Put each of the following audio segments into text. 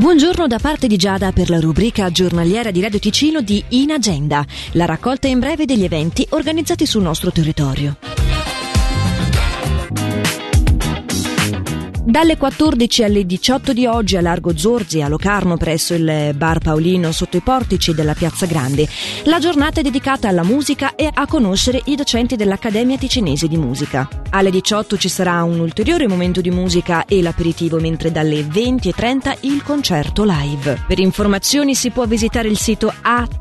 Buongiorno da parte di Giada per la rubrica giornaliera di Radio Ticino di In Agenda, la raccolta in breve degli eventi organizzati sul nostro territorio. Dalle 14 alle 18 di oggi a Largo Zorzi, a Locarno, presso il Bar Paolino sotto i portici della Piazza Grande. La giornata è dedicata alla musica e a conoscere i docenti dell'Accademia Ticinese di Musica. Alle 18 ci sarà un ulteriore momento di musica e l'aperitivo, mentre dalle 20:30 il concerto live. Per informazioni si può visitare il sito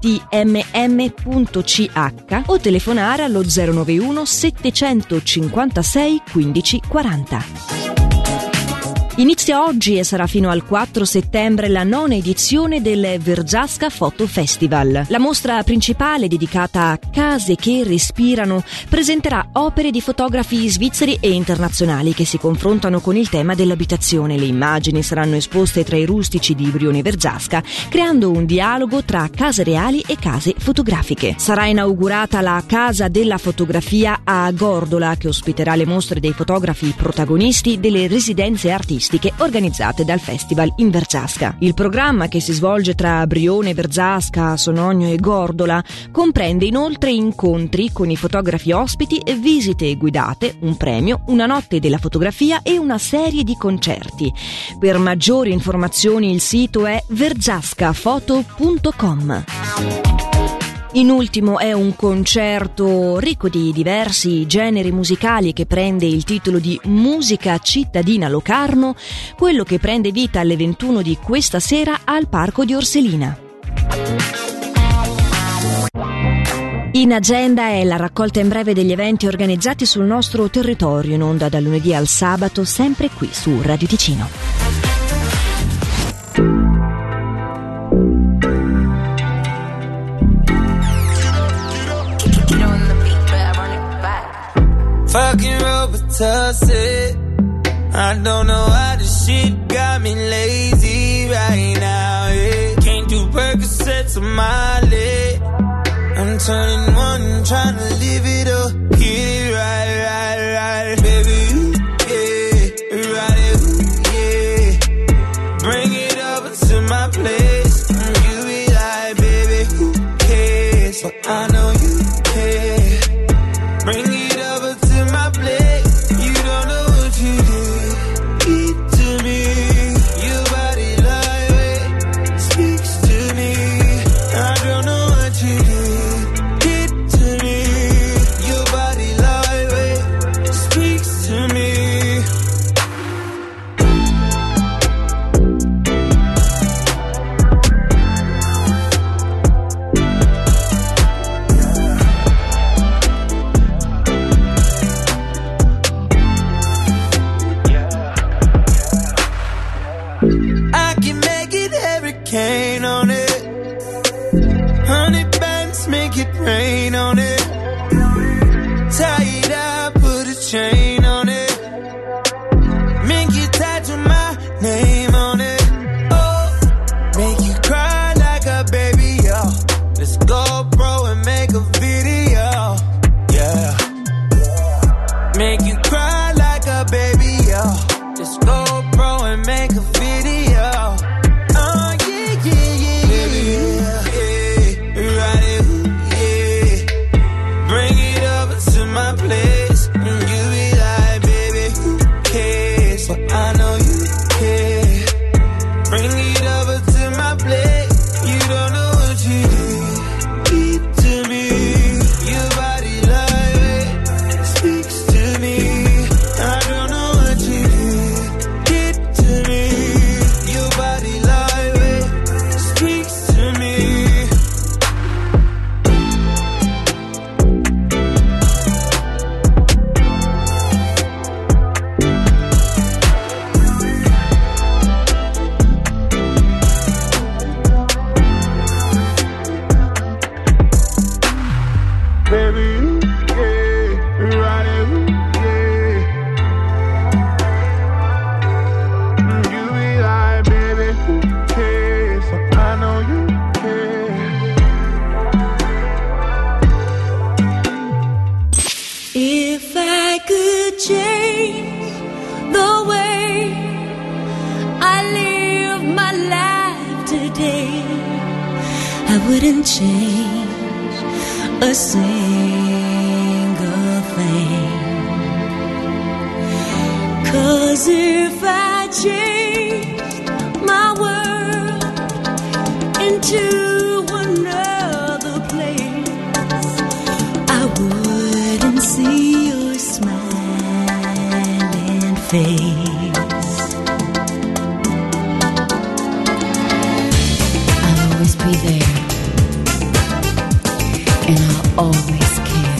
atmm.ch o telefonare allo 091 756 15 40. Inizia oggi e sarà fino al 4 settembre la 9ª edizione del Verzasca Photo Festival. La mostra principale, dedicata a case che respirano, presenterà opere di fotografi svizzeri e internazionali che si confrontano con il tema dell'abitazione. Le immagini saranno esposte tra i rustici di Brione Verzasca, creando un dialogo tra case reali e case fotografiche. Sarà inaugurata la Casa della Fotografia a Gordola, che ospiterà le mostre dei fotografi protagonisti delle residenze artistiche organizzate dal Festival in Verzasca. Il programma, che si svolge tra Brione, Verzasca, Sonogno e Gordola, comprende inoltre incontri con i fotografi ospiti, visite guidate, un premio, una notte della fotografia e una serie di concerti. Per maggiori informazioni il sito è verzascafoto.com. In ultimo è un concerto ricco di diversi generi musicali che prende il titolo di Musica cittadina Locarno, quello che prende vita alle 21 di questa sera al Parco di Orselina. In Agenda è la raccolta in breve degli eventi organizzati sul nostro territorio, in onda dal lunedì al sabato, sempre qui su Radio Ticino. Fucking Robitussin, I don't know why this shit got me lazy right now, yeah. Can't do Percocets on my leg. I'm turning one, trying to live it up. Get it right, baby, yeah. Right, yeah. Bring it over to my place. You be like, baby, who cares? But I know you care. Bring it over to my plate. You don't know what you did to me. Your body lightweight speaks to me. I don't know what you did to me. Your body lightweight speaks to me. Cane on it, 100 bands make it rain on it. Tie it up, put a chain on it. Make you tattoo my name on it. Oh, make you cry like a baby, yo. Let's go, bro, and make a video, yeah. Make you cry like a baby, yo. Let's go, bro, and make a video. wouldn't change a single thing. 'Cause if I changed my world into another place, I wouldn't see your smiling face. I'll always be there, and I'll always care.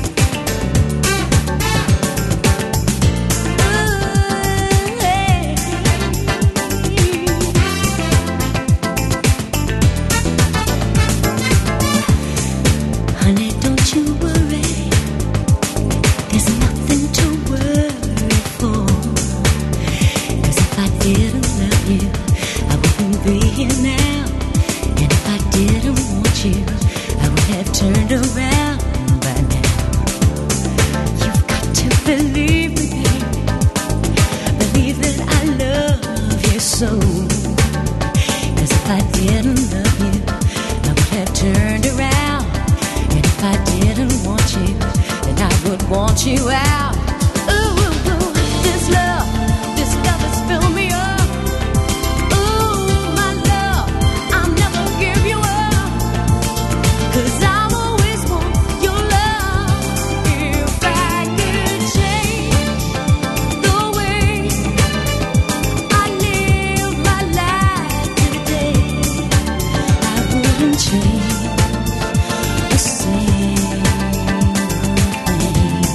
Honey, don't you worry, there's nothing to worry for. 'Cause if I didn't love you, I wouldn't be here now. And if I didn't want you, I would have turned around by now. You've got to believe me, believe that I love you so. 'Cause if I didn't love you, I would have turned around. And if I didn't want you, then I would want you out. Ooh, this love has filled me up. Ooh, my love, I'll never give you up. 'Cause I'll always want your love. If I could change the way I live my life today, I wouldn't change a single thing.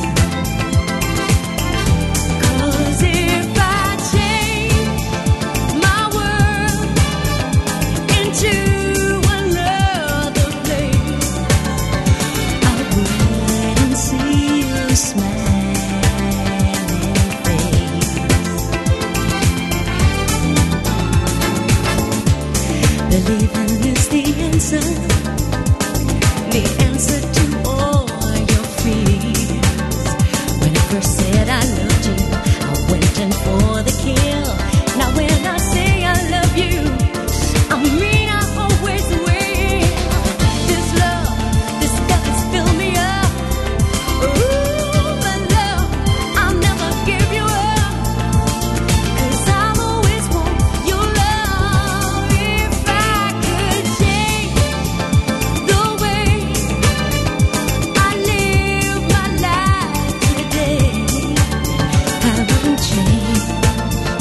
'Cause if I change my world into another place, I wouldn't see your smiling face. Believing is the answer.